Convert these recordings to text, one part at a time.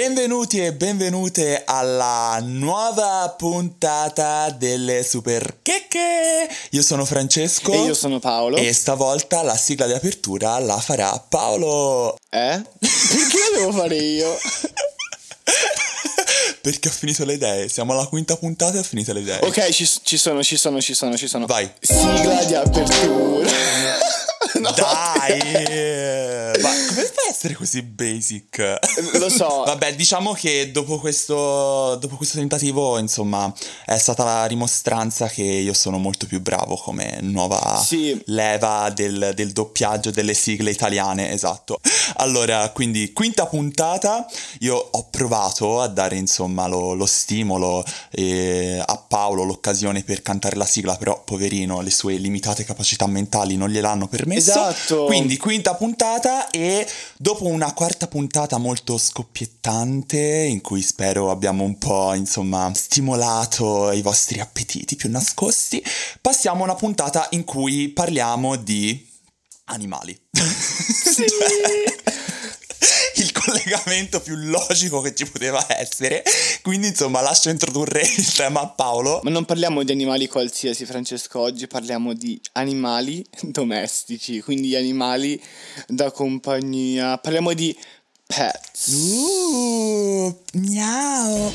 Benvenuti e benvenute alla nuova puntata delle Super Checche. Io sono Francesco. E io sono Paolo. E stavolta la sigla di apertura la farà Paolo. Perché la devo fare io? Perché ho finito le idee. Siamo alla quinta puntata e ho finito le idee. Ok, ci sono. Vai. Sigla di apertura. No. Dai. Ma come fai a essere così basic? Lo so. Vabbè, diciamo che dopo questo tentativo, insomma, è stata la dimostranza che io sono molto più bravo come nuova leva del doppiaggio delle sigle italiane, esatto. Allora, quindi quinta puntata, io ho provato a dare insomma lo stimolo a Paolo, l'occasione per cantare la sigla, però poverino, le sue limitate capacità mentali non gliel'hanno permesso. Esatto. Quindi quinta puntata, e dopo una quarta puntata molto scoppiettante, in cui spero abbiamo un po' insomma stimolato i vostri appetiti più nascosti, passiamo a una puntata in cui parliamo di animali. Sì. Il collegamento più logico che ci poteva essere. Quindi insomma lascio introdurre il tema a Paolo. Ma non parliamo di animali qualsiasi, Francesco, oggi parliamo di animali domestici, quindi animali da compagnia. Parliamo di pets. Miau.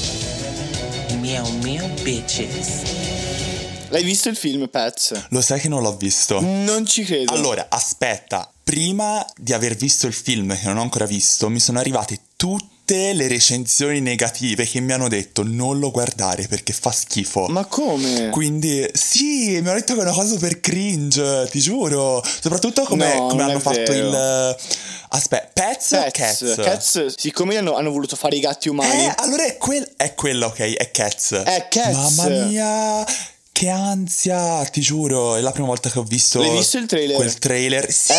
Meow meow bitches. L'hai visto il film Pets? Lo sai che non l'ho visto? Non ci credo. Allora, aspetta. Prima di aver visto il film, che non ho ancora visto, mi sono arrivate tutte le recensioni negative che mi hanno detto non lo guardare perché fa schifo. Ma come? Quindi sì, mi hanno detto che è una cosa super cringe, ti giuro. Soprattutto come hanno fatto il... Aspetta, Pets o Cats? Cats, siccome hanno voluto fare i gatti umani. Allora è quella, ok, è Cats. È Cats. Mamma mia... Che ansia, ti giuro, è la prima volta che ho visto... L'hai visto il trailer? Quel trailer, sì!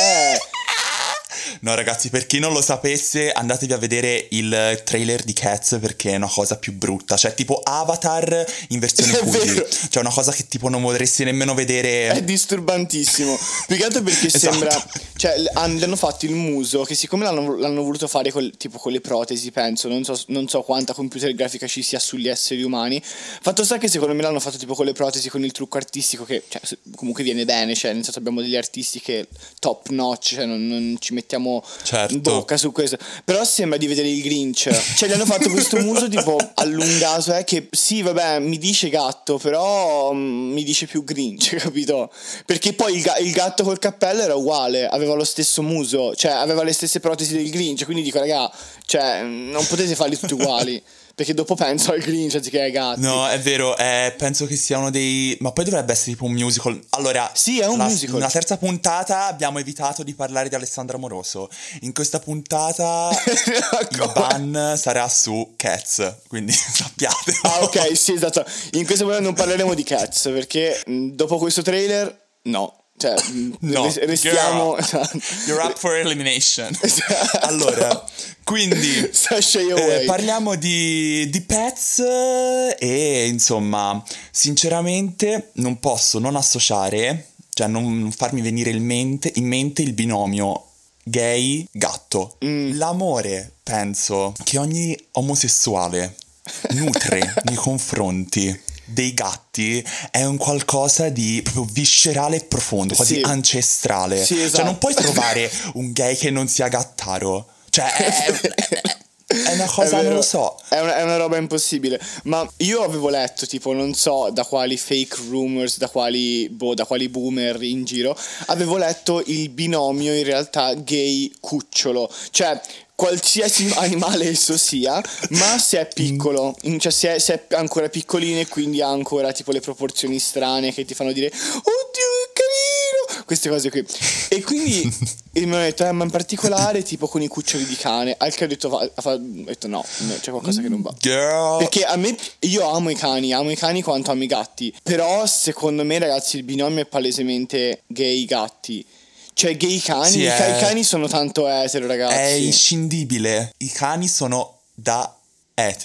No ragazzi, per chi non lo sapesse, andatevi a vedere il trailer di Cats perché è una cosa più brutta. Cioè tipo Avatar in versione Fuji. Cioè una cosa che tipo non potresti nemmeno vedere. È disturbantissimo. Più che altro perché Esatto. sembra... Cioè hanno fatto il muso, che siccome l'hanno voluto fare tipo con le protesi, penso. Non so quanta computer grafica ci sia sugli esseri umani. Fatto sta che secondo me l'hanno fatto tipo con le protesi, con il trucco artistico, che cioè, comunque viene bene. Cioè nel senso abbiamo degli artisti che top notch, cioè non ci mettiamo in bocca su questo. Però sembra di vedere il Grinch. Cioè gli hanno fatto questo muso tipo allungato, che sì vabbè mi dice gatto, però mi dice più Grinch, capito? Perché poi il gatto col cappello era uguale, aveva lo stesso muso, cioè aveva le stesse protesi del Grinch. Quindi dico raga, cioè non potete farli tutti uguali. Perché dopo penso al Grinch anziché ai gatti. No, è vero, penso che sia uno dei... Ma poi dovrebbe essere tipo un musical. Allora, sì, è un musical. Nella terza puntata abbiamo evitato di parlare di Alessandro Amoroso. In questa puntata il ban sarà su Cats, quindi sappiate. Ah ok, sì, esatto. In questa puntata non parleremo di Cats, perché dopo questo trailer, no. Cioè, no, restiamo... You're up for elimination. Allora, quindi parliamo di Pets e insomma, sinceramente non posso non associare, cioè non farmi venire in mente il binomio gay gatto. L'amore, penso, che ogni omosessuale nutre nei confronti dei gatti è un qualcosa di proprio viscerale e profondo, quasi ancestrale. Sì, esatto. Cioè non puoi trovare un gay che non sia gattaro. Cioè è una cosa, non lo so. È una roba impossibile. Ma io avevo letto, tipo, non so da quali fake rumors, da quali boomer in giro, avevo letto il binomio in realtà gay cucciolo. Cioè qualsiasi animale esso sia, ma se è piccolo, cioè se è ancora piccolino e quindi ha ancora tipo le proporzioni strane che ti fanno dire oddio che carino, queste cose qui. E quindi mi hanno detto ma in particolare tipo con i cuccioli di cane, al che ho detto no, c'è qualcosa che non va. Girl. Perché io amo i cani quanto amo i gatti, però secondo me ragazzi il binomio è palesemente gay gatti. Cioè gay cani, sì, i cani sono tanto etero, ragazzi. È inscindibile. I cani sono da etero.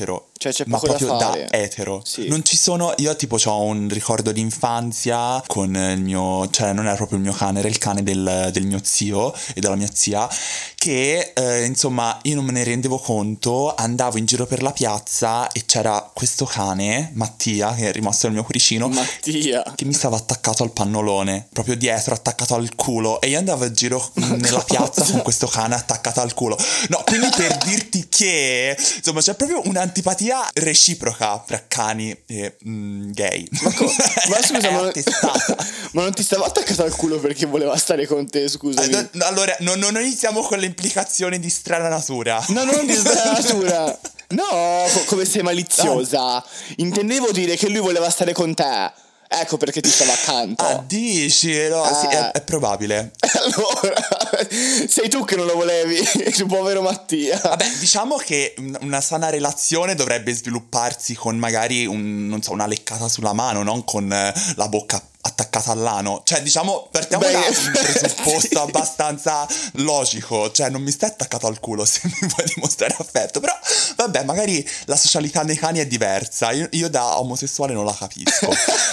Cioè c'è ma poco da proprio fare. da etero. Sì. Non ci sono, io tipo ho un ricordo di infanzia con il mio, cioè non era proprio il mio cane, era il cane del mio zio e della mia zia, che insomma io non me ne rendevo conto, andavo in giro per la piazza e c'era questo cane, Mattia, che è rimasto nel mio cuoricino, Mattia, che mi stava attaccato al pannolone, proprio dietro, attaccato al culo, e io andavo in giro nella piazza con questo cane attaccato al culo. No, quindi per dirti che insomma c'è proprio un'antipatia reciproca tra cani e gay. ma scusa, ma non ti stava attaccato al culo perché voleva stare con te, scusami? Allora, non iniziamo con le implicazioni di strana natura. No, non di strana natura. No, come sei maliziosa. Intendevo dire che lui voleva stare con te. Ecco perché ti stava accanto. Ah, dici? No, sì, è probabile. Allora, sei tu che non lo volevi, il povero Mattia. Vabbè, diciamo che una sana relazione dovrebbe svilupparsi con magari non so, una leccata sulla mano, non con la bocca attaccata all'ano. Cioè, diciamo, partiamo da un presupposto abbastanza logico. Cioè, non mi stai attaccato al culo se mi vuoi dimostrare affetto. Però, vabbè, magari la socialità dei cani è diversa. Io da omosessuale non la capisco.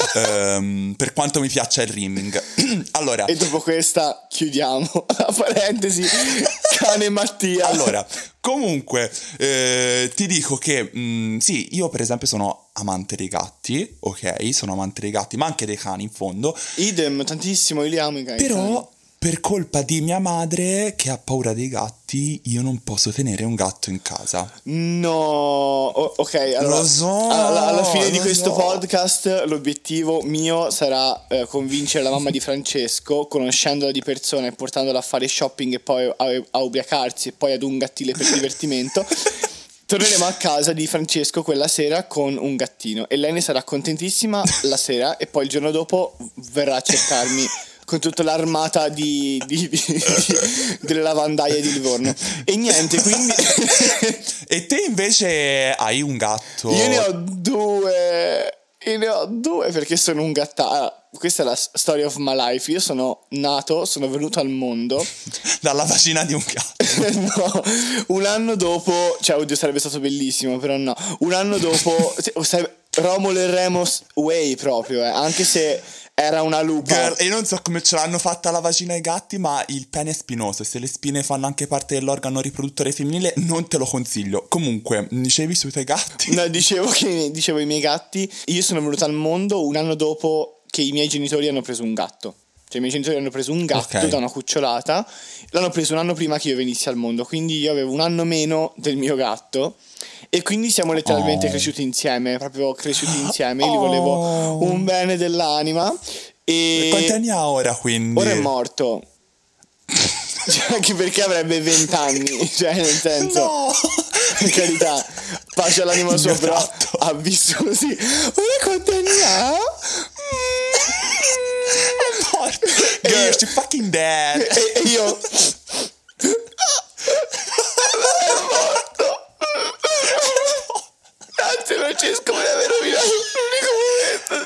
Per quanto mi piaccia il rimming. Allora. E dopo questa chiudiamo la parentesi cane Mattia. Allora, comunque, ti dico che sì, io per esempio sono amante dei gatti, ok? Sono amante dei gatti, ma anche dei cani in fondo. Idem, tantissimo, io li amo i cani. Però per colpa di mia madre che ha paura dei gatti, io non posso tenere un gatto in casa. No, ok, allora lo so, alla fine di questo podcast l'obiettivo mio sarà convincere la mamma di Francesco, conoscendola di persona e portandola a fare shopping e poi a ubriacarsi e poi ad un gattile per divertimento. Torneremo a casa di Francesco quella sera con un gattino e lei ne sarà contentissima la sera e poi il giorno dopo verrà a cercarmi con tutta l'armata delle lavandaie di Livorno. E niente, quindi E te invece hai un gatto? Io ne ho due perché sono un gattaro. Questa è la story of my life. Io sono venuto al mondo dalla vagina di un gatto. No, un anno dopo, cioè oddio sarebbe stato bellissimo, però no. Un anno dopo Romolo e Remus way proprio, anche se era una lupa. Girl, io non so come ce l'hanno fatta la vagina ai gatti, ma il pene è spinoso e se le spine fanno anche parte dell'organo riproduttore femminile non te lo consiglio. Comunque, dicevi sui tuoi gatti? No, dicevo i miei gatti. Io sono venuto al mondo un anno dopo che i miei genitori hanno preso un gatto. Cioè i miei genitori hanno preso un gatto da una cucciolata. L'hanno preso un anno prima che io venissi al mondo, quindi io avevo un anno meno del mio gatto. E quindi siamo letteralmente cresciuti insieme, proprio cresciuti insieme. Io gli volevo un bene dell'anima. E quanti anni ha ora quindi? Ora è morto. Cioè, anche perché avrebbe 20 anni. Cioè nel senso, no! Per carità, pace all'anima sua, però ha vissuto così. Ora quanti anni ha? È morto. Girl, she's fucking dead. E io grazie Francesco per aver rovinato l'unico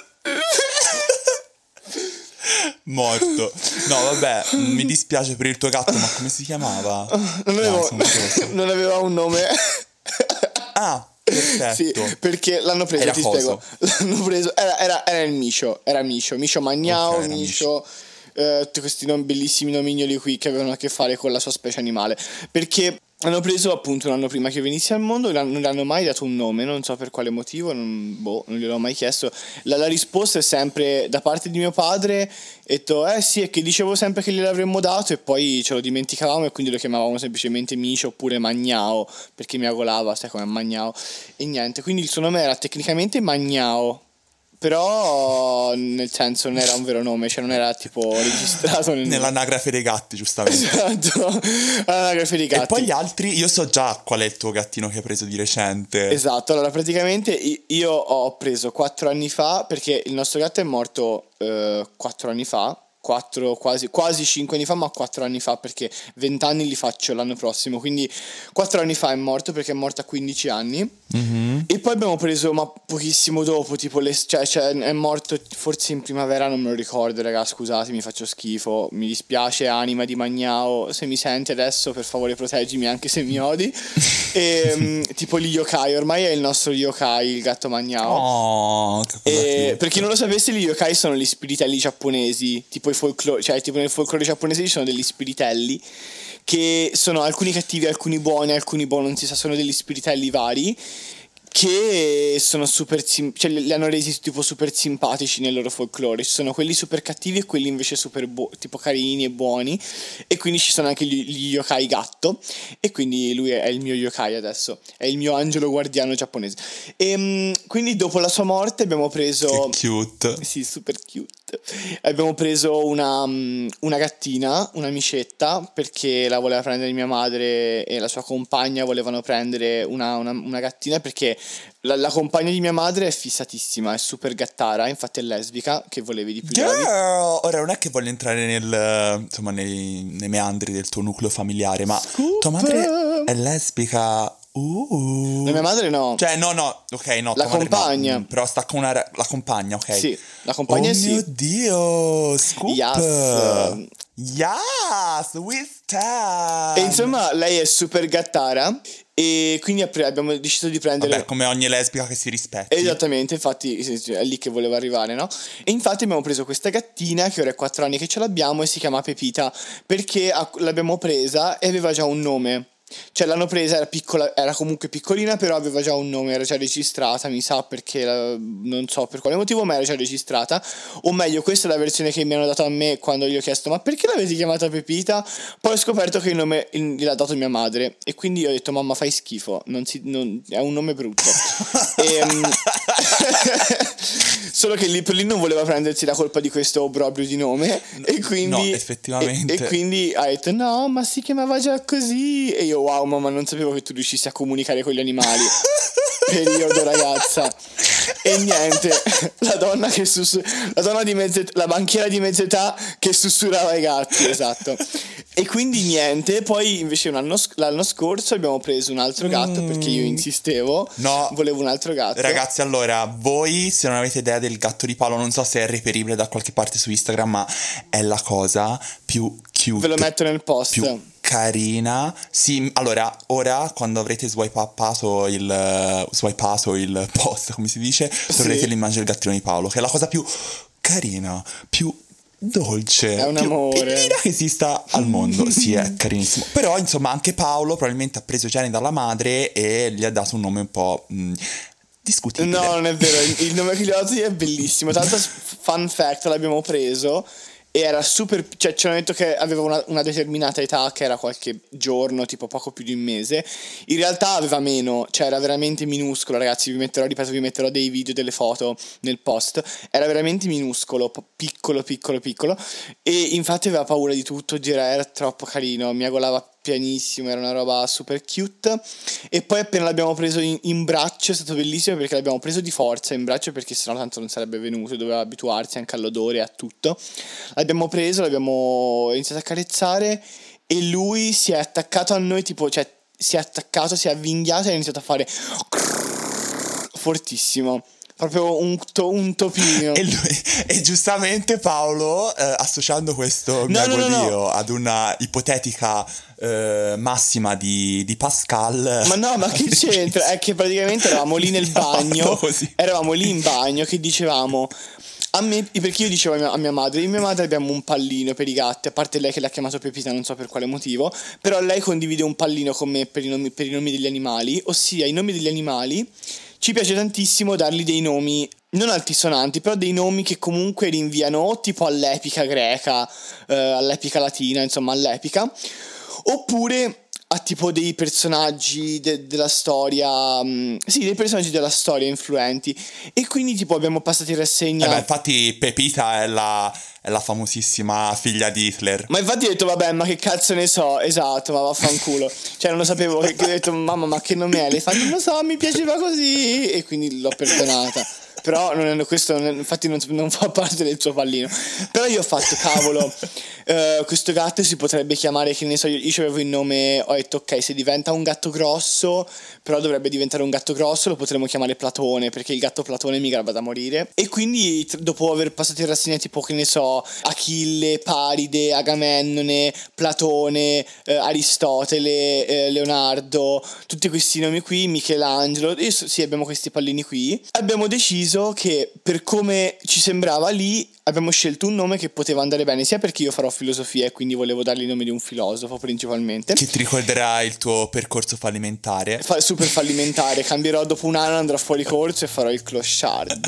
momento. Morto. No vabbè, mi dispiace per il tuo gatto, ma come si chiamava? Non aveva un nome. Ah, perfetto. Sì, perché l'hanno preso, ti spiego. L'hanno preso, era il Miscio. Era Miscio Magnao, okay, Miscio. Tutti questi bellissimi nomignoli qui che avevano a che fare con la sua specie animale. Perché hanno preso appunto un anno prima che venissi al mondo, non gli hanno mai dato un nome, non so per quale motivo, non gliel'ho mai chiesto. La risposta è sempre da parte di mio padre, e detto sì, è che dicevo sempre che gliel'avremmo dato e poi ce lo dimenticavamo e quindi lo chiamavamo semplicemente Micio oppure Magnao, perché mi agolava, sai come Magnao, e niente, quindi il suo nome era tecnicamente Magnao. Però nel senso non era un vero nome, cioè non era tipo registrato nell'anagrafe dei gatti, giustamente. Esatto, l'anagrafe dei gatti. E poi gli altri, io so già qual è il tuo gattino che hai preso di recente. Esatto, allora praticamente io ho preso 4 anni fa, perché il nostro gatto è morto 4 anni fa, quasi 5 anni fa, ma 4 anni fa, perché 20 anni li faccio l'anno prossimo, quindi 4 anni fa è morto perché è morto a 15 anni. E poi abbiamo preso, ma pochissimo dopo, tipo cioè è morto forse in primavera, non me lo ricordo, raga, scusate, mi faccio schifo, mi dispiace, anima di Magnao, se mi senti adesso per favore proteggimi anche se mi odi. Tipo gli yokai, ormai è il nostro yokai, il gatto Magnao. Oh, per chi non lo sapesse, gli yokai sono gli spiritelli giapponesi, tipo cioè tipo nel folklore giapponese ci sono degli spiritelli che sono alcuni cattivi, alcuni buoni, non si sa, sono degli spiritelli vari che sono super cioè li hanno resi tipo super simpatici nel loro folklore. Ci sono quelli super cattivi e quelli invece super tipo carini e buoni, e quindi ci sono anche gli yokai gatto, e quindi lui è il mio yokai adesso, è il mio angelo guardiano giapponese. E quindi dopo la sua morte abbiamo preso, che cute, sì, super cute, abbiamo preso una gattina, un'amicetta, perché la voleva prendere mia madre e la sua compagna volevano prendere una gattina, perché la compagna di mia madre è fissatissima, è super gattara, infatti è lesbica, che volevi di più. Girl! Ora non è che voglio entrare insomma nei meandri del tuo nucleo familiare, ma tua madre è lesbica? La mia madre no. Cioè no, ok, no, la compagna no, però sta con la compagna, ok. Sì, la compagna sì. Oh mio Dio, scoop. Yes, we stand. E insomma lei è super gattara, e quindi abbiamo deciso di prendere, vabbè, come ogni lesbica che si rispetti. Esattamente, infatti è lì che voleva arrivare, no? E infatti abbiamo preso questa gattina che ora è 4 anni che ce l'abbiamo, e si chiama Pepita, perché l'abbiamo presa e aveva già un nome. Cioè l'hanno presa, era piccola, era comunque piccolina, però aveva già un nome, era già registrata, mi sa, perché non so per quale motivo, ma era già registrata. O meglio, questa è la versione che mi hanno dato a me quando gli ho chiesto ma perché l'avete chiamata Pepita? Poi ho scoperto che il nome gliel'ha dato mia madre, e quindi ho detto mamma fai schifo, è un nome brutto. Solo che lì per lì non voleva prendersi la colpa di questo obbrobrio di nome, e quindi no, effettivamente. E quindi ha detto no, ma si chiamava già così, e io wow mamma, non sapevo che tu riuscissi a comunicare con gli animali. Periodo, ragazza. E niente, la donna la banchiera di mezza età che sussurrava ai gatti, esatto. E quindi niente, poi invece l'anno scorso abbiamo preso un altro gatto, perché io insistevo, volevo un altro gatto. Ragazzi, allora, voi se non avete idea del gatto di Paolo, non so se è reperibile da qualche parte su Instagram, ma è la cosa più cute, ve lo metto nel post, più carina. Sì, allora, ora quando avrete swipato il post, come si dice, troverete l'immagine del gattino di Paolo, che è la cosa più carina, più dolce, è un amore che esista al mondo. Sì, è carinissimo. Però insomma anche Paolo probabilmente ha preso geni dalla madre e gli ha dato un nome un po' discutibile. No, non è vero, il nome che gli ho dato è bellissimo. Tra l'altro, fun fact, l'abbiamo preso e era super, cioè ci hanno detto che aveva una determinata età, che era qualche giorno, tipo poco più di un mese. In realtà aveva meno, cioè era veramente minuscolo, ragazzi. Vi metterò dei video, delle foto nel post. Era veramente minuscolo, piccolo. E infatti aveva paura di tutto, era troppo carino, miagolava pianissimo, era una roba super cute. E poi appena l'abbiamo preso in braccio è stato bellissimo, perché l'abbiamo preso di forza in braccio, perché sennò tanto non sarebbe venuto, doveva abituarsi anche all'odore e a tutto. L'abbiamo preso, l'abbiamo iniziato a carezzare e lui si è attaccato a noi, tipo, cioè si è avvinghiato e ha iniziato a fare fortissimo. Proprio un topino. E giustamente Paolo, associando questo miagoglio ad una ipotetica massima di Pascal. Ma no, ma che c'entra? È che praticamente eravamo lì nel bagno. Eravamo lì in bagno che dicevamo a me, perché io dicevo a mia madre, io e mia madre abbiamo un pallino per i gatti, a parte lei che l'ha chiamato Pepita, non so per quale motivo, però lei condivide un pallino con me per i nomi degli animali, ossia i nomi degli animali. Ci piace tantissimo dargli dei nomi non altisonanti, però dei nomi che comunque rinviano o tipo all'epica greca, all'epica latina, insomma all'epica, oppure a tipo dei personaggi della storia, sì, dei personaggi della storia influenti. E quindi tipo abbiamo passato in rassegna. Infatti Pepita è la famosissima figlia di Hitler. Ma infatti ho detto vabbè, ma che cazzo ne so, esatto, ma vaffanculo. Cioè non lo sapevo, che ho detto mamma ma che nome è? Lei fa non lo so, mi piaceva così, e quindi l'ho perdonata. Però infatti non fa parte del suo pallino. Però io ho fatto, cavolo, questo gatto si potrebbe chiamare, che ne so, io avevo il nome, ho detto ok, se diventa un gatto grosso, però dovrebbe diventare un gatto grosso, lo potremmo chiamare Platone, perché il gatto Platone mi garba da morire. E quindi dopo aver passato in rassegna tipo, che ne so, Achille, Paride, Agamennone, Platone, Aristotele, Leonardo, tutti questi nomi qui, Michelangelo, sì, abbiamo questi pallini qui. Abbiamo deciso che per come ci sembrava lì abbiamo scelto un nome che poteva andare bene, sia perché io farò filosofia e quindi volevo dargli il nome di un filosofo principalmente, che ti ricorderà il tuo percorso fallimentare. Super fallimentare. Cambierò dopo un anno, andrò fuori corso e farò il clochard.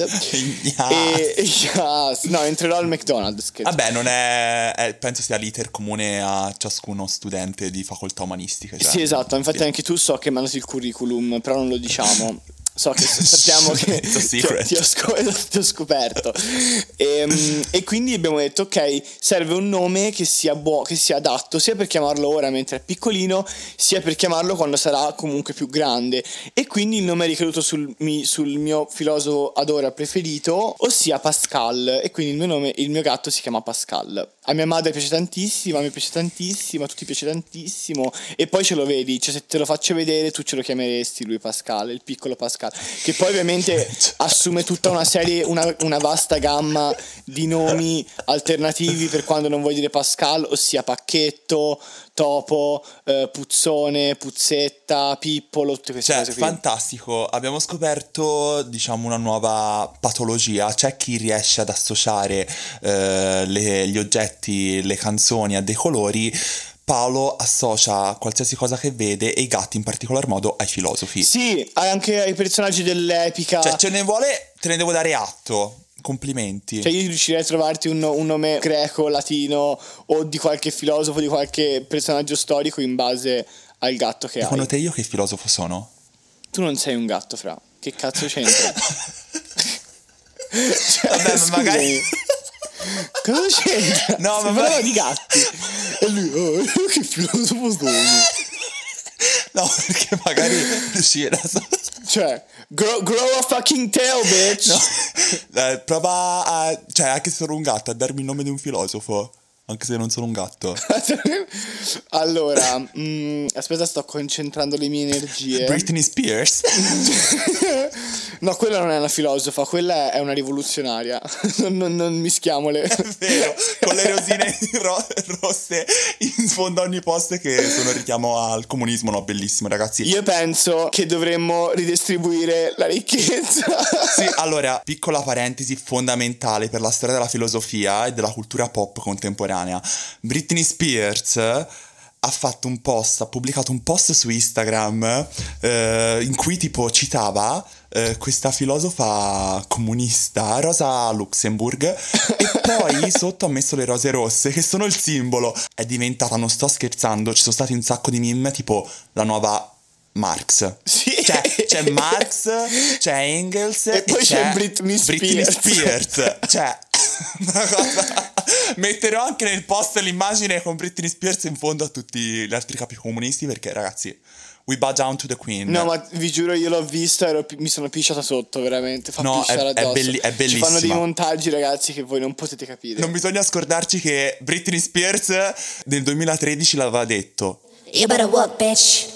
No, entrerò al McDonald's. Vabbè, non è penso sia l'iter comune a ciascuno studente di facoltà umanistica, cioè. Sì, esatto, infatti anche tu so che mandati il curriculum, però non lo diciamo. So che sappiamo che ti ho scoperto. E quindi abbiamo detto ok, serve un nome che sia che sia adatto sia per chiamarlo ora mentre è piccolino, sia per chiamarlo quando sarà comunque più grande. E quindi il nome è ricaduto sul mio filosofo ad ora preferito, ossia Pascal. E quindi il mio gatto si chiama Pascal. A mia madre piace tantissimo, a me piace tantissimo, a tutti piace tantissimo. E poi ce lo vedi, cioè se te lo faccio vedere tu ce lo chiameresti lui Pascal, il piccolo Pascal. Che poi ovviamente assume tutta una serie, una vasta gamma di nomi alternativi per quando non vuoi dire Pascal, ossia Pacchetto, Topo, Puzzone, Puzzetta, Pippolo, tutte queste cose qui. Fantastico, abbiamo scoperto, diciamo, una nuova patologia. C'è chi riesce ad associare gli oggetti, le canzoni a dei colori. Paolo associa qualsiasi cosa che vede, e i gatti in particolar modo, ai filosofi. Sì, anche ai personaggi dell'epica. Cioè, te ne devo dare atto. Complimenti. Cioè, io riuscirei a trovarti un nome greco, latino o di qualche filosofo, di qualche personaggio storico in base al gatto che hai. Secondo te io che filosofo sono? Tu non sei un gatto, fra. Che cazzo c'entra? Vabbè, ma magari... Cosa c'entra? No, ma parlava di gatti. E lui, che filosofo sono? No, perché magari riuscirà. Cioè, grow a fucking tail, bitch. No, prova a... Cioè, anche se sono un gatto, a darmi il nome di un filosofo. Anche se non sono un gatto. Allora, aspetta, sto concentrando le mie energie. Britney Spears? No, quella non è una filosofa, quella è una rivoluzionaria. Non mischiamole. È vero, con le rosine rosse in sfondo a ogni post, che sono richiamo al comunismo. No, bellissimo, ragazzi. Io penso che dovremmo ridistribuire la ricchezza. Sì, allora, piccola parentesi fondamentale per la storia della filosofia e della cultura pop contemporanea. Britney Spears ha pubblicato un post su Instagram in cui tipo citava questa filosofa comunista, Rosa Luxemburg, e poi sotto ha messo le rose rosse, che sono il simbolo. È diventata, non sto scherzando, ci sono stati un sacco di meme tipo la nuova Marx. Sì. Cioè, c'è Marx, c'è Engels e poi c'è Britney Spears. Cioè, una cosa. Metterò anche nel post l'immagine con Britney Spears in fondo a tutti gli altri capi comunisti, perché ragazzi, we bow down to the queen. No, ma vi giuro, io l'ho vista e mi sono pisciata sotto, veramente. Fa pisciare addosso. È bellissima. Ci fanno dei montaggi, ragazzi, che voi non potete capire. Non bisogna scordarci che Britney Spears nel 2013 l'aveva detto: You better work, bitch.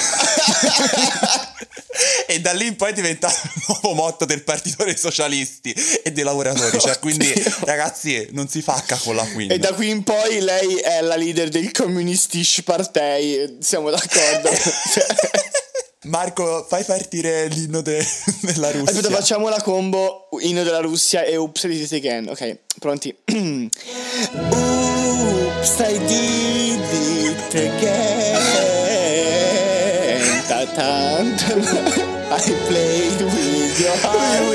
E da lì in poi è diventato il nuovo motto del partito dei socialisti e dei lavoratori. Cioè, quindi, ragazzi, non si fa con la Queen. E da qui in poi lei è la leader del Communistisch Partei. Siamo d'accordo? Marco, fai partire l'inno della Russia. Aspetta, facciamo la combo inno della Russia e Oops, I Did It Again. Ok, pronti? Oops, I did it again. I played with your heart.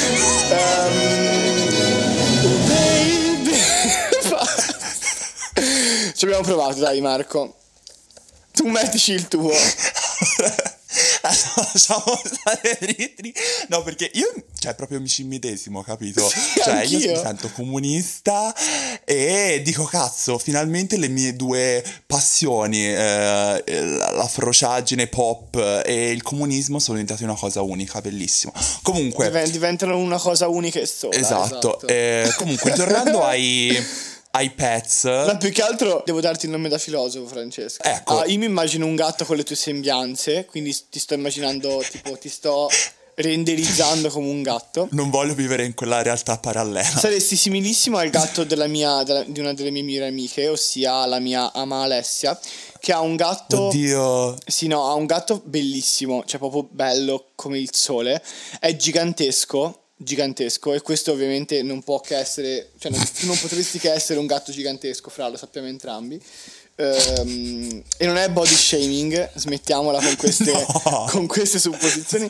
Baby. Ci abbiamo provato, dai Marco. Tu mettici il tuo. lasciamo stare dritti. No, perché io, cioè, proprio mi ci immedesimo, capito? Cioè, io mi sento comunista e dico, cazzo, finalmente le mie due passioni, la frociaggine pop e il comunismo, sono diventate una cosa unica, bellissimo. Comunque diventano una cosa unica e sola. Esatto. Comunque, tornando ai pets. Ma più che altro devo darti il nome da filosofo, Francesco. Ecco. Io mi immagino un gatto con le tue sembianze, quindi ti sto immaginando, tipo, ti sto renderizzando come un gatto. Non voglio vivere in quella realtà parallela. Saresti similissimo al gatto di una delle mie migliori amiche, ossia la mia ama Alessia, che ha un gatto... Oddio. Sì, no, ha un gatto bellissimo, cioè proprio bello come il sole. È gigantesco, e questo ovviamente non può che essere, cioè tu non potresti che essere un gatto gigantesco, Fra, lo sappiamo entrambi. E non è body shaming, smettiamola con queste supposizioni.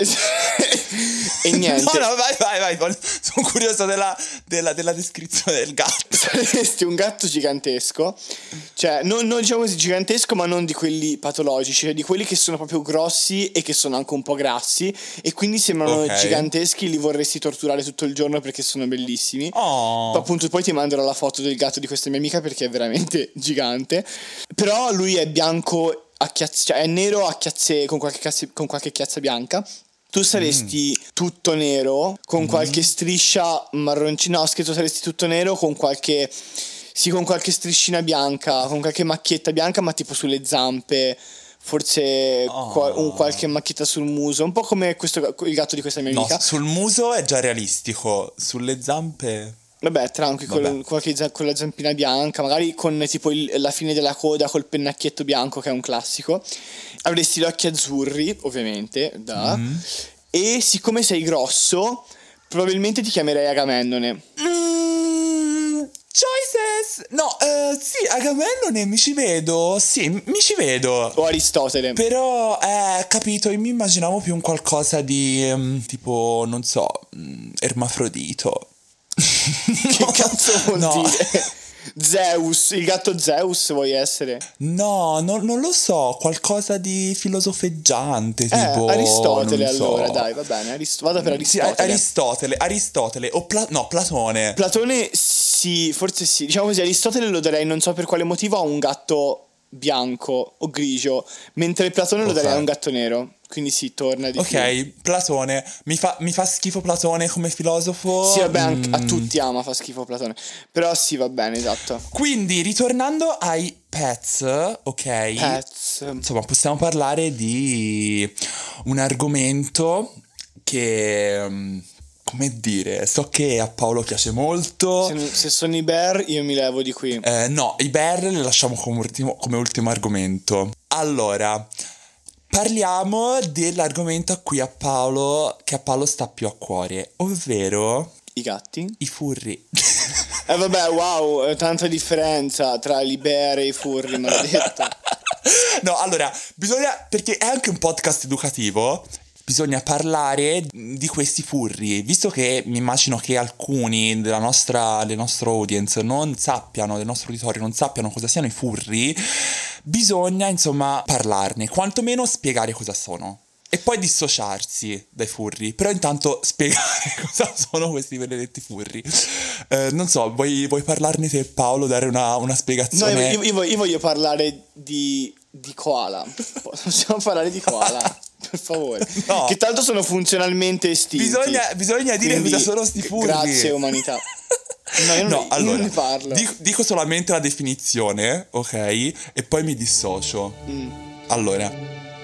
E niente. No, vai, sono curioso della descrizione del gatto. Saresti un gatto gigantesco, cioè non diciamo così gigantesco, ma non di quelli patologici, cioè di quelli che sono proprio grossi e che sono anche un po' grassi e quindi sembrano giganteschi, li vorresti torturare tutto il giorno perché sono bellissimi. Appunto, poi ti manderò la foto del gatto di questa mia amica perché è veramente gigante. Però lui è bianco cioè è nero a chiazze con qualche chiazza bianca. Tu saresti tutto nero con qualche striscia marroncina. No, scritto saresti tutto nero con qualche striscina bianca, con qualche macchietta bianca, ma tipo sulle zampe, forse qualche macchietta sul muso, un po' come il gatto di questa mia amica. No, sul muso è già realistico, sulle zampe... Vabbè, tranquillo, con la zampina bianca, magari con tipo la fine della coda col pennacchietto bianco, che è un classico. Avresti gli occhi azzurri, ovviamente, e siccome sei grosso, probabilmente ti chiamerei Agamennone. Choices! No, sì, Agamennone mi ci vedo, O Aristotele. Però, capito, io mi immaginavo più un qualcosa di, tipo, non so, ermafrodito. Che cazzo vuol dire? Zeus, il gatto Zeus vuoi essere? No, non lo so, qualcosa di filosofeggiante, tipo Aristotele, non so. allora, dai, va bene, vado per Aristotele. Sì, Aristotele o Platone. Platone sì, forse sì. Diciamo così, Aristotele lo darei, non so per quale motivo, a un gatto bianco o grigio, mentre Platone lo darei a un gatto nero. Quindi sì, torna di più. Platone. Mi fa schifo Platone come filosofo. Sì, vabbè, a tutti fa schifo Platone. Però sì, va bene, esatto. Quindi, ritornando ai pets, ok? Pets. Insomma, possiamo parlare di un argomento che... come dire, so che a Paolo piace molto. Se sono i bear, io mi levo di qui. No, i bear le lasciamo come ultimo argomento. Allora... parliamo dell'argomento che a Paolo sta più a cuore, ovvero... i gatti? I furri. Vabbè, wow, tanta differenza tra i bear e i furri, maledetta. No, allora, perché è anche un podcast educativo, bisogna parlare di questi furri, visto che mi immagino che alcuni del nostro audience non sappiano, del nostro uditorio non sappiano cosa siano i furri, bisogna insomma parlarne, quantomeno spiegare cosa sono. E poi dissociarsi dai furri. Però intanto spiegare cosa sono questi benedetti furri. Non so, vuoi parlarne te, Paolo, dare una spiegazione? No, io voglio parlare di koala. Possiamo parlare di koala? Per favore. No. Che tanto sono funzionalmente estinti. Bisogna dire cosa sono sti furri. Grazie umanità. No, io non ne parlo. Dico solamente la definizione, ok? E poi mi dissocio. Allora,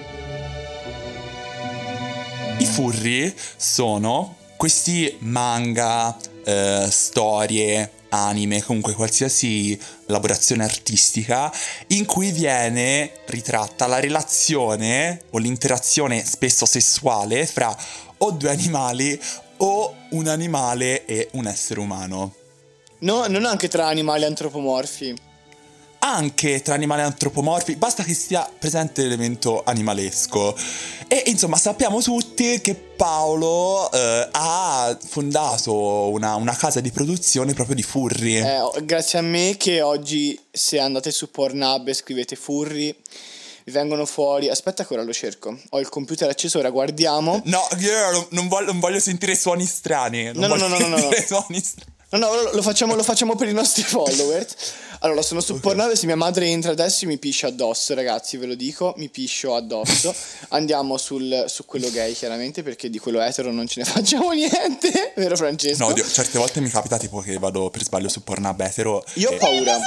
i furri sono questi manga, storie, anime, comunque qualsiasi elaborazione artistica in cui viene ritratta la relazione o l'interazione spesso sessuale fra o due animali o un animale e un essere umano. No, non anche tra animali antropomorfi. Anche tra animali antropomorfi, basta che sia presente l'elemento animalesco. E insomma sappiamo tutti che Paolo ha fondato una casa di produzione proprio di furri. Grazie a me che oggi, se andate su Pornhub e scrivete furri, mi vengono fuori. Aspetta che ora lo cerco. Ho il computer acceso, ora guardiamo. No, io non voglio sentire suoni strani. No. No, lo facciamo per i nostri followers. Allora, sono su Pornhub, se mia madre entra adesso mi piscia addosso, ragazzi, ve lo dico, mi piscio addosso. Andiamo su quello gay, chiaramente, perché di quello etero non ce ne facciamo niente, vero Francesco? No, certe volte mi capita tipo che vado per sbaglio su Pornhub etero. Io ho paura.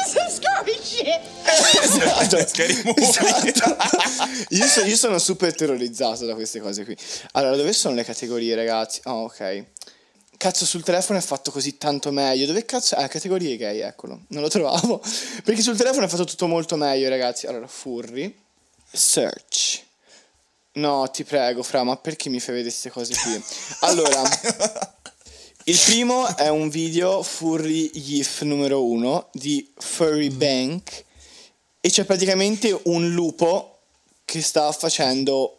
Esatto. Io sono super terrorizzato da queste cose qui. Allora, dove sono le categorie, ragazzi? Oh, ok. Cazzo, sul telefono è fatto così tanto meglio. Dove cazzo? Categorie gay, eccolo. Non lo trovavo. Perché sul telefono è fatto tutto molto meglio, ragazzi. Allora, furry. Search. No, ti prego, Fra, ma perché mi fai vedere queste cose qui? Allora, il primo è un video furry GIF numero 1 di Furry Bank. E c'è praticamente un lupo che sta facendo...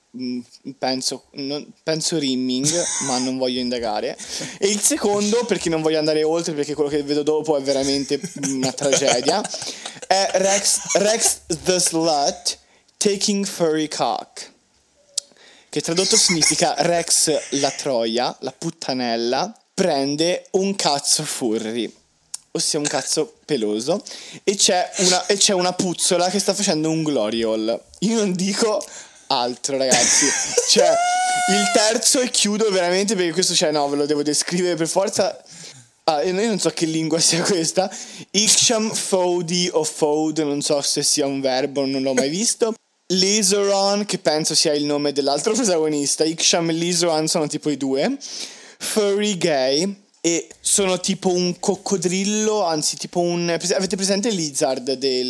penso rimming, ma non voglio indagare. E il secondo, perché non voglio andare oltre, perché quello che vedo dopo è veramente una tragedia, è Rex the Slut Taking Furry Cock, che tradotto significa Rex la troia, la puttanella, prende un cazzo furry, ossia un cazzo peloso, e c'è una puzzola che sta facendo un glory hole. Io non dico altro, ragazzi. Cioè, il terzo, e chiudo veramente perché questo, cioè, no, ve lo devo descrivere per forza. Io non so che lingua sia questa. Iksham Fodi o Fode, non so se sia un verbo, non l'ho mai visto. Lizoran, che penso sia il nome dell'altro protagonista. Iksham e Lizoran sono tipo i due. Furry gay. E sono tipo un coccodrillo, anzi tipo un... Avete presente il Lizard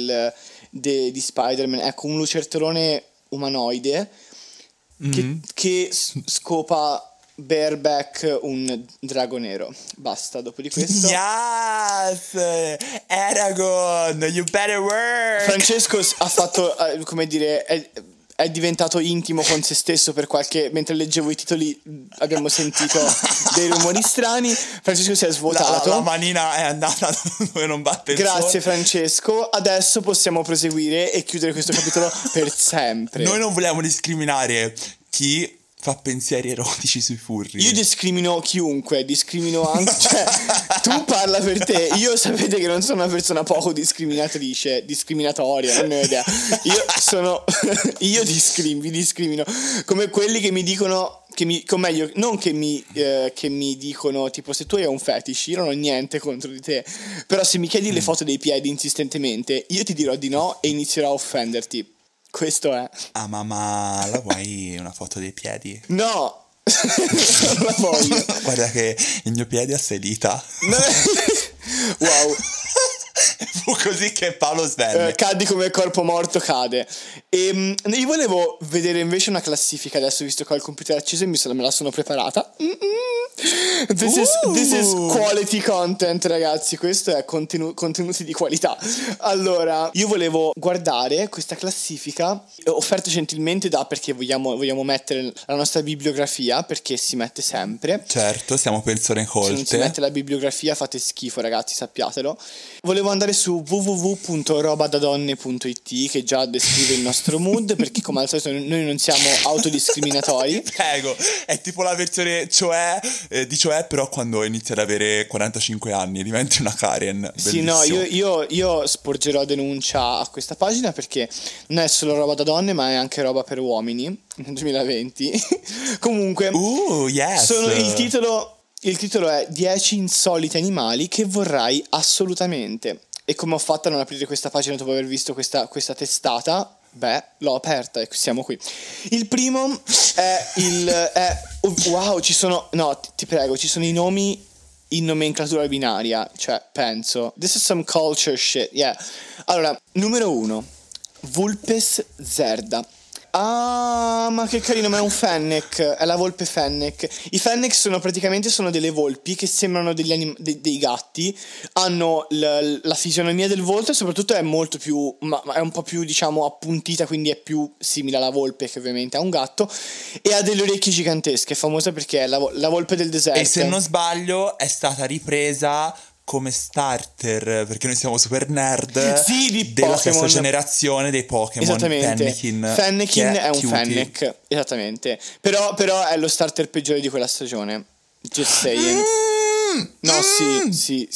di Spider-Man? Ecco, un lucertolone umanoide che scopa bareback un drago nero. Basta, dopo di questo. Yes! Eragon, you better work! Francesco ha fatto, come dire, è diventato intimo con se stesso per mentre leggevo i titoli abbiamo sentito dei rumori strani. Francesco si è svuotato. La manina è andata dove non batte il Grazie sole. Francesco. Adesso possiamo proseguire e chiudere questo capitolo per sempre. Noi non vogliamo discriminare chi fa pensieri erotici sui furri. Io discrimino chiunque, discrimino anche, cioè, tu parla per te. Io sapete che non sono una persona poco discriminatoria, non ne ho idea. Io vi discrimino come quelli che mi dicono non che mi dicono tipo se tu hai un fetish, io non ho niente contro di te, però se mi chiedi le foto dei piedi insistentemente, io ti dirò di no e inizierò a offenderti. Questo è. Ah, ma la vuoi una foto dei piedi? No, non la voglio. Guarda che il mio piede ha salita. Wow. Fu così che Paolo svenne. Cadi come corpo morto cade. E io volevo vedere invece una classifica adesso, visto che ho il computer acceso e me la sono preparata. This is quality content, ragazzi. Questo è contenuti di qualità. Allora, io volevo guardare questa classifica offerta gentilmente perché vogliamo mettere la nostra bibliografia, perché si mette sempre. Certo, siamo persone colte. Se non si mette la bibliografia fate schifo, ragazzi, sappiatelo. Volevo andare su www.robadadonne.it, che già descrive il nostro mood, perché come al solito noi non siamo autodiscriminatori. Prego, è tipo la versione cioè però quando inizi ad avere 45 anni diventi una Karen. Bellissimo. Sì, no, io sporgerò denuncia a questa pagina, perché non è solo roba da donne, ma è anche roba per uomini nel 2020. Comunque, yes. Il titolo è 10 insoliti animali che vorrai assolutamente. E come ho fatto a non aprire questa pagina dopo aver visto questa testata? Beh, l'ho aperta e siamo qui. Il primo wow, ci sono... No, ti prego, ci sono i nomi in nomenclatura binaria. Cioè, penso... This is some culture shit, yeah. Allora, numero 1. Vulpes zerda. Ah, ma che carino, ma è un fennec. È la volpe fennec. I fennec sono delle volpi che sembrano dei gatti. Hanno la fisionomia del volto e soprattutto è molto più, ma è un po' più, diciamo, appuntita, quindi è più simile alla volpe, che ovviamente è un gatto. E ha delle orecchie gigantesche, è famosa perché è la volpe del deserto. E se non sbaglio è stata ripresa come starter, perché noi siamo super nerd, di della Pokémon. stessa generazione dei Pokémon. Esattamente. Fennekin è un cutie. Fennec, esattamente. Però è lo starter peggiore di quella stagione. Just saying. No, sì.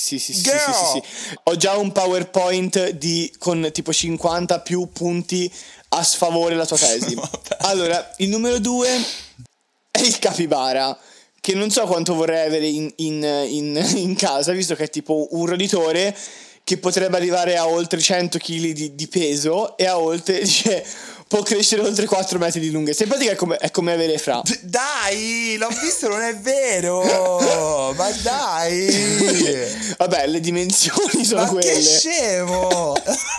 Ho già un PowerPoint con tipo 50 più punti a sfavore la tua tesi. Allora, il numero 2 è il capibara, che non so quanto vorrei avere in casa, visto che è tipo un roditore che potrebbe arrivare a oltre 100 kg di peso e a oltre, può crescere oltre 4 metri di lunghezza. In pratica è come avere Fra. Dai, l'ho visto, non è vero. Ma dai. Vabbè, le dimensioni sono quelle. Che scemo.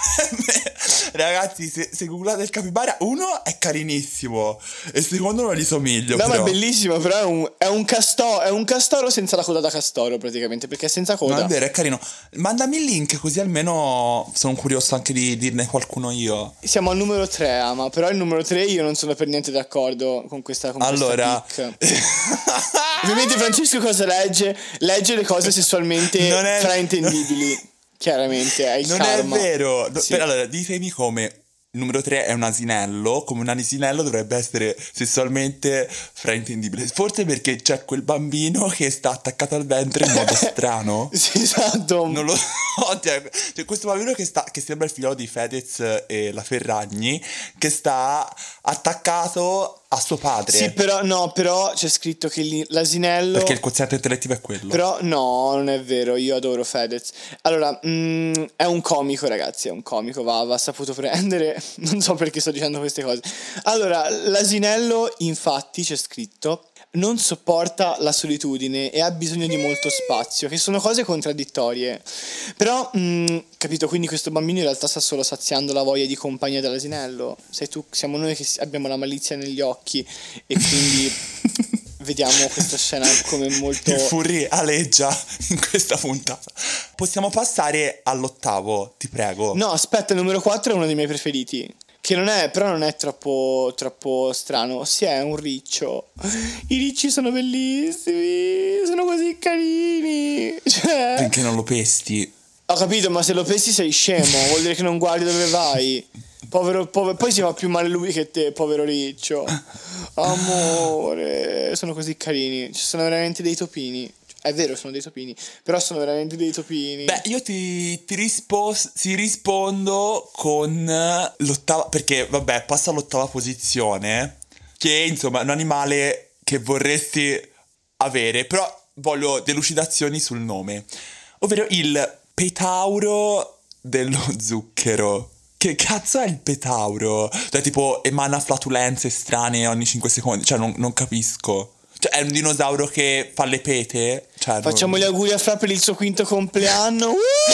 Ragazzi, se googlate il capibara, uno è carinissimo e secondo non gli somiglio. No, però. ma è bellissimo, però è un castoro senza la coda da castoro, praticamente, perché è senza coda. No, è vero, è carino. Mandami il link, così almeno sono curioso anche di dirne qualcuno io. Siamo al numero 3, ma però il numero 3 io non sono per niente d'accordo con questa allora pick. Ovviamente Francesco cosa legge? Legge le cose sessualmente fraintendibili. Chiaramente è il non karma. è vero. Sì. Allora, ditemi come il numero 3 è un asinello, come un asinello dovrebbe essere sessualmente fraintendibile. Forse perché c'è quel bambino che sta attaccato al ventre in modo strano. Sì, esatto. Non lo so, c'è questo bambino che sembra il figlio di Fedez e la Ferragni, che sta attaccato a suo padre. Sì, però c'è scritto che l'asinello, perché il quoziente intellettivo è quello. Però no, non è vero, io adoro Fedez. Allora, è un comico, ragazzi, è un comico, va saputo prendere. Non so perché sto dicendo queste cose. Allora, l'asinello, infatti, c'è scritto, non sopporta la solitudine e ha bisogno di molto spazio, che sono cose contraddittorie. Però, capito, quindi questo bambino in realtà sta solo saziando la voglia di compagnia dell'asinello. Siamo noi che abbiamo la malizia negli occhi e quindi vediamo questa scena come molto... Il furry aleggia in questa puntata. Possiamo passare all'8º, ti prego. No, aspetta, il numero 4 è uno dei miei preferiti. Che però non è troppo strano. Sì, è un riccio. I ricci sono bellissimi. Sono così carini. Cioè... Perché non lo pesti? Ho capito, ma se lo pesti sei scemo. Vuol dire che non guardi dove vai. Povero. Poi si fa più male lui che te, povero riccio. Amore. Sono così carini. Ci sono veramente dei topini. È vero, sono dei topini, però sono veramente dei topini. Beh, io ti rispondo con l'8ª, perché vabbè, passa all'8ª posizione, che insomma è un animale che vorresti avere, però voglio delucidazioni sul nome, ovvero il petauro dello zucchero. Che cazzo è il petauro? Cioè tipo emana flatulenze strane ogni 5 secondi, cioè non capisco. Cioè è un dinosauro che fa le pete? Cioè, facciamo gli auguri a Fra per il suo 5º compleanno.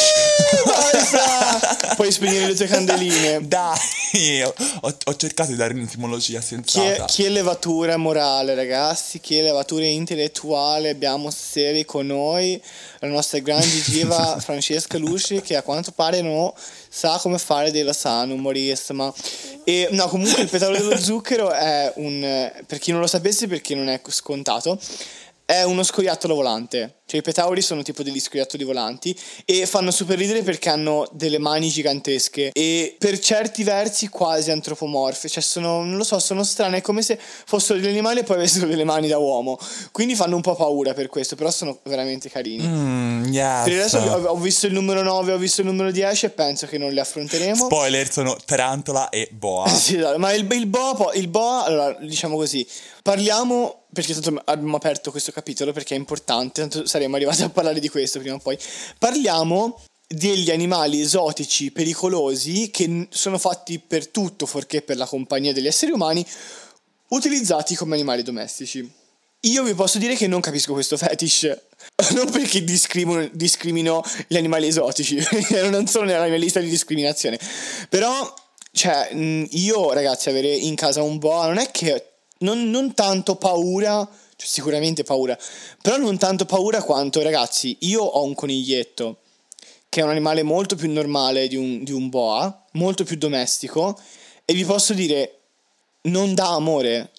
Puoi spegnere le tue candeline. Dai, ho cercato di dare un'etimologia sensata. Che levatura morale, ragazzi. Che levatura intellettuale abbiamo stasera con noi. La nostra grande diva Francesca Luci, che a quanto pare sa come fare della sana umorismo. E no, comunque il petauro dello zucchero è per chi non lo sapesse, perché non è scontato, è uno scoiattolo volante. Cioè i petauri sono tipo degli scoiattoli volanti e fanno super ridere perché hanno delle mani gigantesche e per certi versi quasi antropomorfe. Cioè non lo so, sono strane, è come se fossero degli animali e poi avessero delle mani da uomo. Quindi fanno un po' paura per questo, però sono veramente carini. Yes. Per adesso ho visto il numero 9, ho visto il numero 10 e penso che non li affronteremo. Spoiler, sono tarantola e boa. Sì, ma il boa, allora diciamo così, parliamo, perché tanto abbiamo aperto questo capitolo perché è importante, tanto saremo arrivati a parlare di questo prima o poi. Parliamo degli animali esotici pericolosi che sono fatti per tutto fuorché per la compagnia degli esseri umani, utilizzati come animali domestici. Io vi posso dire che non capisco questo fetish, non perché discrimino gli animali esotici, non sono nella mia lista di discriminazione, però cioè io ragazzi avere in casa un boa non è che non tanto paura, cioè sicuramente paura, però non tanto paura quanto, ragazzi, io ho un coniglietto che è un animale molto più normale di un boa, molto più domestico, e vi posso dire non dà amore.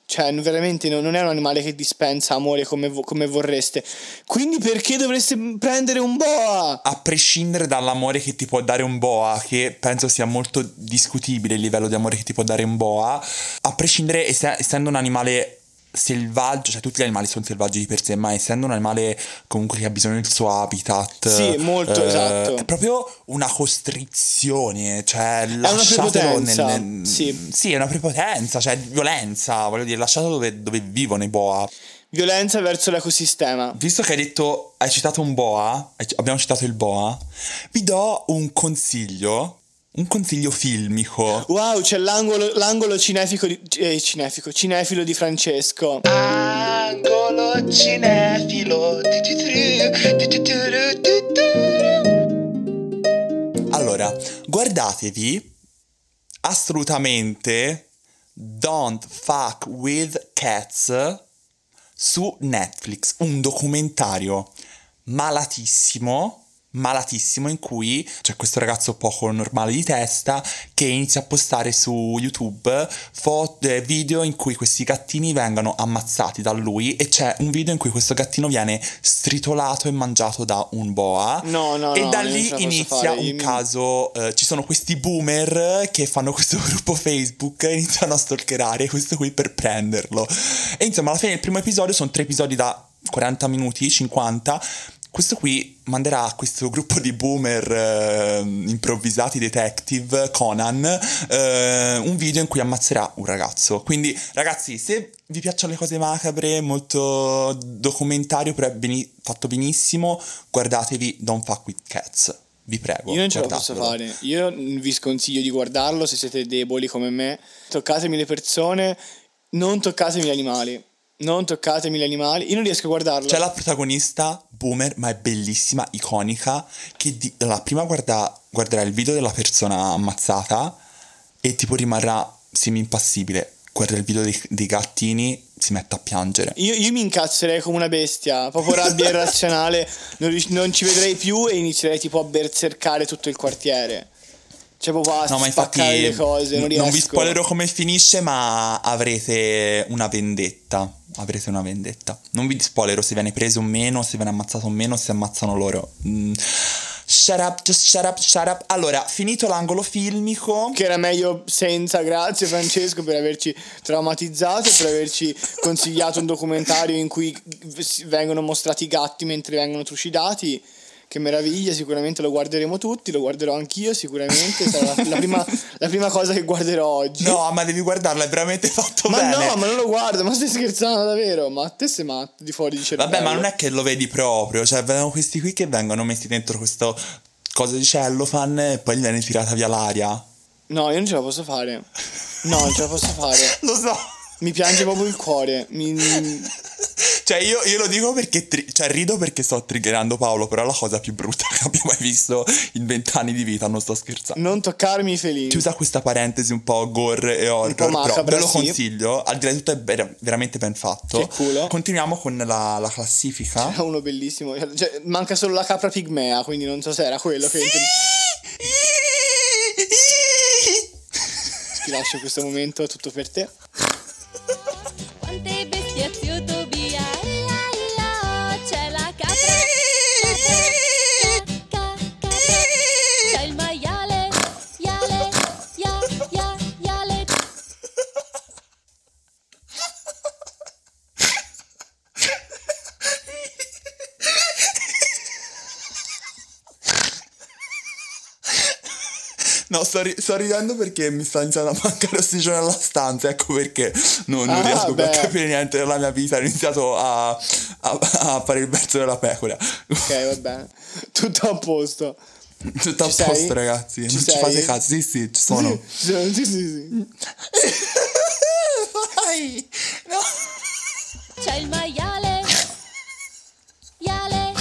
Cioè, veramente non è un animale che dispensa amore come vorreste. Quindi perché dovreste prendere un boa? A prescindere dall'amore che ti può dare un boa, che penso sia molto discutibile il livello di amore che ti può dare un boa, a prescindere, essendo un animale selvaggio, cioè tutti gli animali sono selvaggi di per sé, ma essendo un animale comunque che ha bisogno del suo habitat, sì, molto esatto, è proprio una costrizione, cioè è una prepotenza. Sì, è una prepotenza, cioè violenza, voglio dire, lasciato dove vivono i boa. Violenza verso l'ecosistema. Visto che hai citato un boa, abbiamo citato il boa, vi do un consiglio filmico. Wow, c'è l'angolo cinefilo di Francesco. Angolo cinefilo. Allora, guardatevi assolutamente Don't Fuck With Cats su Netflix, un documentario malatissimo in cui c'è questo ragazzo poco normale di testa che inizia a postare su YouTube video in cui questi gattini vengono ammazzati da lui, e c'è un video in cui questo gattino viene stritolato e mangiato da un boa. E da lì inizia un caso, ci sono questi boomer che fanno questo gruppo Facebook e iniziano a stalkerare questo qui per prenderlo, e insomma alla fine del primo episodio, sono 3 episodi da 40 minuti, 50, questo qui manderà a questo gruppo di boomer improvvisati detective Conan un video in cui ammazzerà un ragazzo. Quindi ragazzi, se vi piacciono le cose macabre, molto documentario però fatto benissimo, guardatevi Don't Fuck With Cats, vi prego. Io non ce la posso fare, io vi sconsiglio di guardarlo se siete deboli come me. Toccatemi le persone, non toccatemi gli animali. Non toccatemi gli animali. Io non riesco a guardarlo. C'è la protagonista boomer, ma è bellissima, iconica, che prima guarderà il video della persona ammazzata e tipo rimarrà semi-impassibile. Guarda il video dei gattini, si mette a piangere. Io mi incazzerei come una bestia, proprio rabbia irrazionale. Non ci vedrei più e inizierei tipo a bersercare tutto il quartiere. Cioè proprio a spaccare le cose. Non vi spoilerò come finisce, ma avrete una vendetta. Non vi spoilerò se viene preso o meno, se viene ammazzato o meno, se ammazzano loro. Shut up, just shut up. Allora, finito l'angolo filmico, che era meglio senza, grazie Francesco per averci traumatizzato, per averci consigliato un documentario in cui vengono mostrati i gatti mentre vengono trucidati. Che meraviglia, sicuramente lo guarderemo tutti, lo guarderò anch'io sicuramente, sarà la prima cosa che guarderò oggi. No, ma devi guardarlo, è veramente fatto bene. Ma no, ma non lo guardo, ma stai scherzando davvero? Ma te sei matto di fuori di cervello. Vabbè, ma non è che lo vedi proprio, cioè vengono questi qui che vengono messi dentro questo coso di cellophane e poi gli viene tirata via l'aria. No, io non ce la posso fare. Lo so. Mi piange proprio il cuore. Cioè io lo dico perché rido perché sto triggerando Paolo, però è la cosa più brutta che abbia mai visto in 20 anni di vita, non sto scherzando. Non toccarmi i felini. Chiusa questa parentesi un po' gore e horror, però ve lo consiglio, al di là di tutto è veramente ben fatto. Che culo. Continuiamo con la classifica. C'era uno bellissimo, cioè, manca solo la capra pigmea, quindi non so se era quello che ti lascio questo momento, è tutto per te. Quante bestie zio via, c'è la capra, c'è il maiale, iale. No, sto ridendo perché mi sta iniziando a mancare ossigeno nella stanza, ecco perché non riesco più a capire niente della mia vita, ho iniziato a fare il verso della pecora. Ok, va bene, tutto a posto. Tutto a posto, ragazzi, non ci fate caso. Sì, ci sono. Sì. Vai! No! C'è il maiale, iale.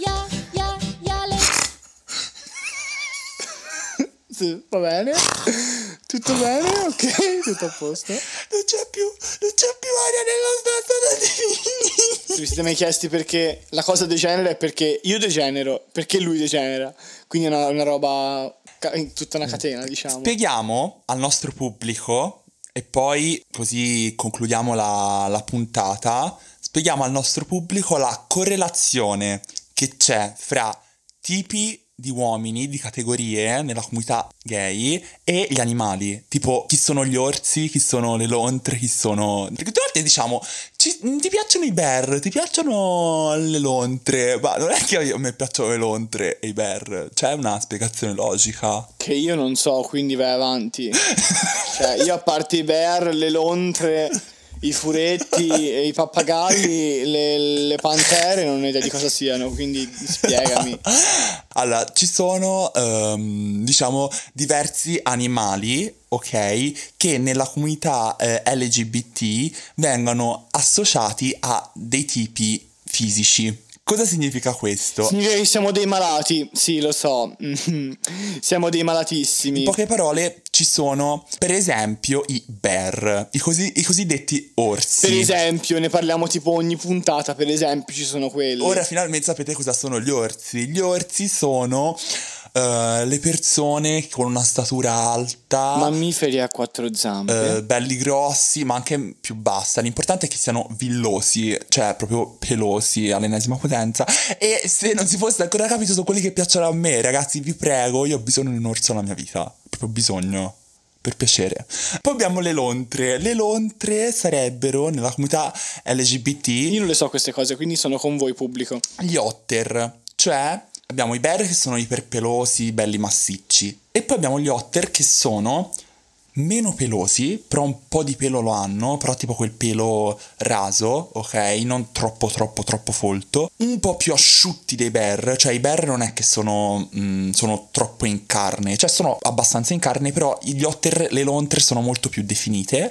Sì, va bene, tutto bene, ok, tutto a posto. Non c'è più aria nella stanza da Se vi siete mai chiesti perché la cosa degenera è perché io degenero, perché lui degenera. Quindi è una roba, tutta una catena, diciamo. Spieghiamo al nostro pubblico E poi, così concludiamo la puntata, spieghiamo al nostro pubblico la correlazione che c'è fra tipi di uomini, di categorie nella comunità gay e gli animali. Tipo, chi sono gli orsi, chi sono le lontre, chi sono... Perché tutte le volte diciamo, ti piacciono i bear, ti piacciono le lontre, ma non è che a me piacciono le lontre e i bear. C'è una spiegazione logica? Che io non so, quindi vai avanti. Cioè, io a parte i bear, le lontre... I furetti, i pappagalli, le pantere, non ho idea di cosa siano, quindi spiegami. Allora, ci sono, diciamo, diversi animali, ok, che nella comunità LGBT vengono associati a dei tipi fisici. Cosa significa questo? Significa che siamo dei malati, sì, lo so, siamo dei malatissimi. In poche parole ci sono, per esempio, i bear, i cosiddetti orsi. Per esempio, ne parliamo tipo ogni puntata, per esempio, ci sono quelli. Ora finalmente sapete cosa sono gli orsi. Gli orsi sono le persone con una statura alta, mammiferi a quattro zampe, belli grossi ma anche più bassa. L'importante è che siano villosi, cioè proprio pelosi all'ennesima potenza. E se non si fosse ancora capito, sono quelli che piacciono a me, ragazzi, vi prego, io ho bisogno di un orso nella mia vita, proprio bisogno, per piacere. Poi abbiamo le lontre. Le lontre sarebbero nella comunità LGBT, io non le so queste cose, quindi sono con voi pubblico, gli otter, cioè abbiamo i bear che sono iperpelosi, belli massicci, e poi abbiamo gli otter che sono meno pelosi, però un po' di pelo lo hanno, però tipo quel pelo raso, ok? Non troppo folto, un po' più asciutti dei bear, cioè i bear non è che sono troppo in carne, cioè sono abbastanza in carne, però gli otter, le lontre sono molto più definite.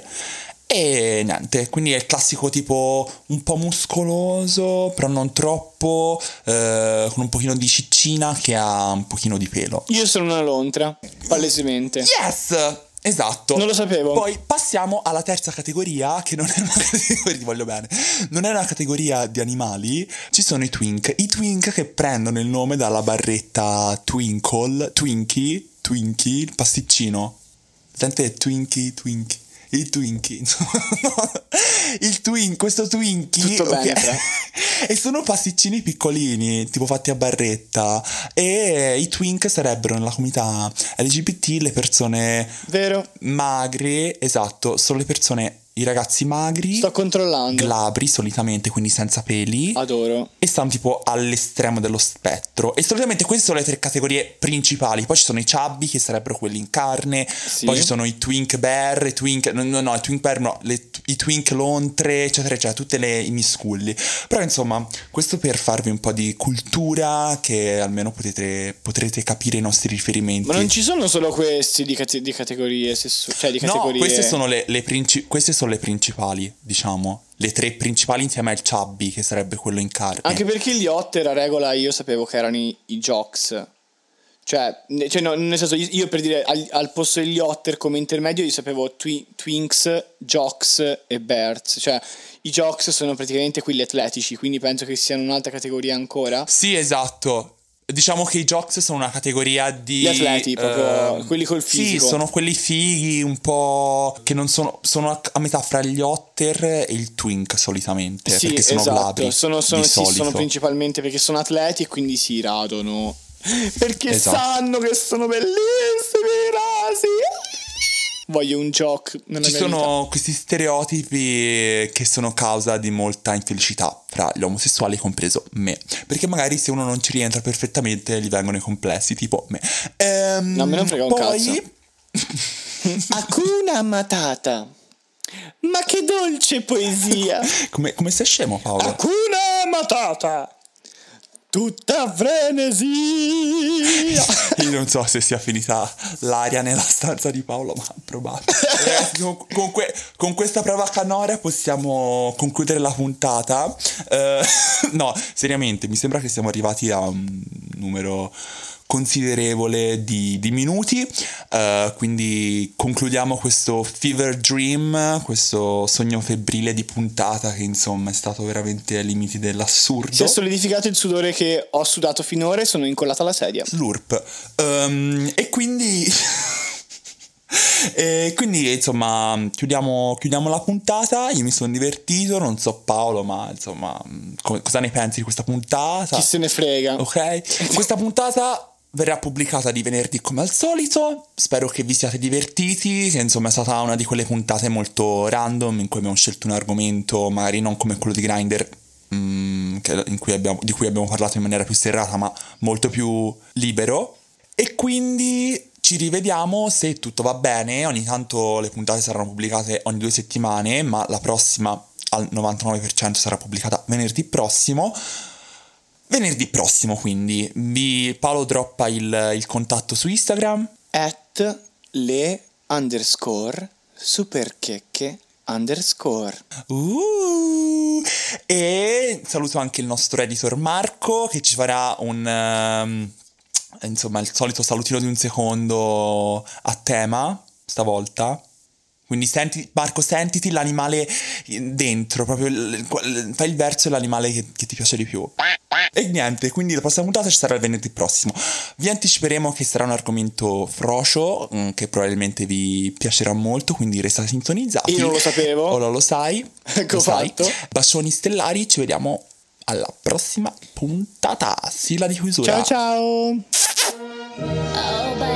E niente, quindi è il classico tipo un po' muscoloso, però non troppo, con un pochino di ciccina che ha un pochino di pelo. io sono una lontra, palesemente. Yes! Esatto. Non lo sapevo. Poi passiamo alla terza categoria, che non è una categoria, ti voglio bene, non è una categoria di animali. Ci sono i twink. I twink che prendono il nome dalla barretta Twinkie, il pasticcino. Sente Twinkie. Il Twinkie, questo Twinkie, tutto bene, okay. E sono pasticcini piccolini, tipo fatti a barretta. E i twink sarebbero nella comunità LGBT le persone vero, magre, esatto, sono le persone, i ragazzi magri, sto controllando, glabri solitamente, quindi senza peli, adoro, e stanno tipo all'estremo dello spettro. E solitamente queste sono le tre categorie principali. Poi ci sono i chubby, che sarebbero quelli in carne, sì. Poi ci sono i twink bear, i twink bear no, i twink lontre, eccetera, tutte i misculli. Però insomma, questo per farvi un po' di cultura, che almeno potrete capire i nostri riferimenti. Ma non ci sono solo questi di categorie cioè di categorie. No, queste sono queste sono le principali, diciamo. Le tre principali insieme al chubby, che sarebbe quello in carne. Anche perché gli otter a regola io sapevo che erano i jocks. Cioè no, nel senso, io per dire al posto degli otter come intermedio io sapevo twinks, jocks e bears. Cioè i jocks sono praticamente quelli atletici, quindi penso che siano un'altra categoria ancora. Sì, esatto. Diciamo che i jocks sono una categoria di... gli atleti, proprio quelli col fisico. Sì, sono quelli fighi, un po' che non sono a metà fra gli otter e il twink solitamente, sì, perché sono esatto. glabri Sono principalmente perché sono atleti e quindi si radono. Perché esatto. Sanno che sono bellissimi i rasi. Voglio un joke nella mia sono vita. questi stereotipi che sono causa di molta infelicità fra gli omosessuali, compreso me, perché magari se uno non ci rientra perfettamente gli vengono i complessi, tipo me. No, me non frega un cazzo. Hakuna Matata. Ma che dolce poesia. Come sei scemo, Paolo? Hakuna Matata. Tutta frenesia. Io non so se sia finita l'aria nella stanza di Paolo, ma probabile. Ragazzi, con questa prova canora possiamo concludere la puntata. No, seriamente, mi sembra che siamo arrivati a un numero considerevole di minuti, quindi concludiamo questo fever dream, questo sogno febbrile di puntata che insomma è stato veramente ai limiti dell'assurdo. Si è solidificato il sudore che ho sudato finora e sono incollata alla sedia. Slurp. E quindi E quindi insomma chiudiamo la puntata. Io mi sono divertito, non so Paolo, ma insomma cosa ne pensi di questa puntata? Chi se ne frega. Ok, questa puntata verrà pubblicata di venerdì come al solito. Spero che vi siate divertiti, che insomma è stata una di quelle puntate molto random in cui abbiamo scelto un argomento magari non come quello di Grindr, di cui abbiamo parlato in maniera più serrata, ma molto più libero. E quindi ci rivediamo se tutto va bene. Ogni tanto le puntate saranno pubblicate ogni 2 settimane, ma la prossima al 99% sarà pubblicata venerdì prossimo. Quindi Paolo droppa il contatto su Instagram @le_superchecche_. E saluto anche il nostro editor Marco, che ci farà insomma il solito salutino di un secondo a tema stavolta. Quindi Marco, sentiti l'animale dentro, proprio fai il verso dell'animale che ti piace di più. E niente, quindi la prossima puntata ci sarà il venerdì prossimo. Vi anticiperemo che sarà un argomento frocio, che probabilmente vi piacerà molto, quindi restate sintonizzati. Io non lo sapevo. Ora lo sai. Ecco fatto. Bacioni stellari, ci vediamo alla prossima puntata. Sigla di chiusura. Ciao ciao. Oh,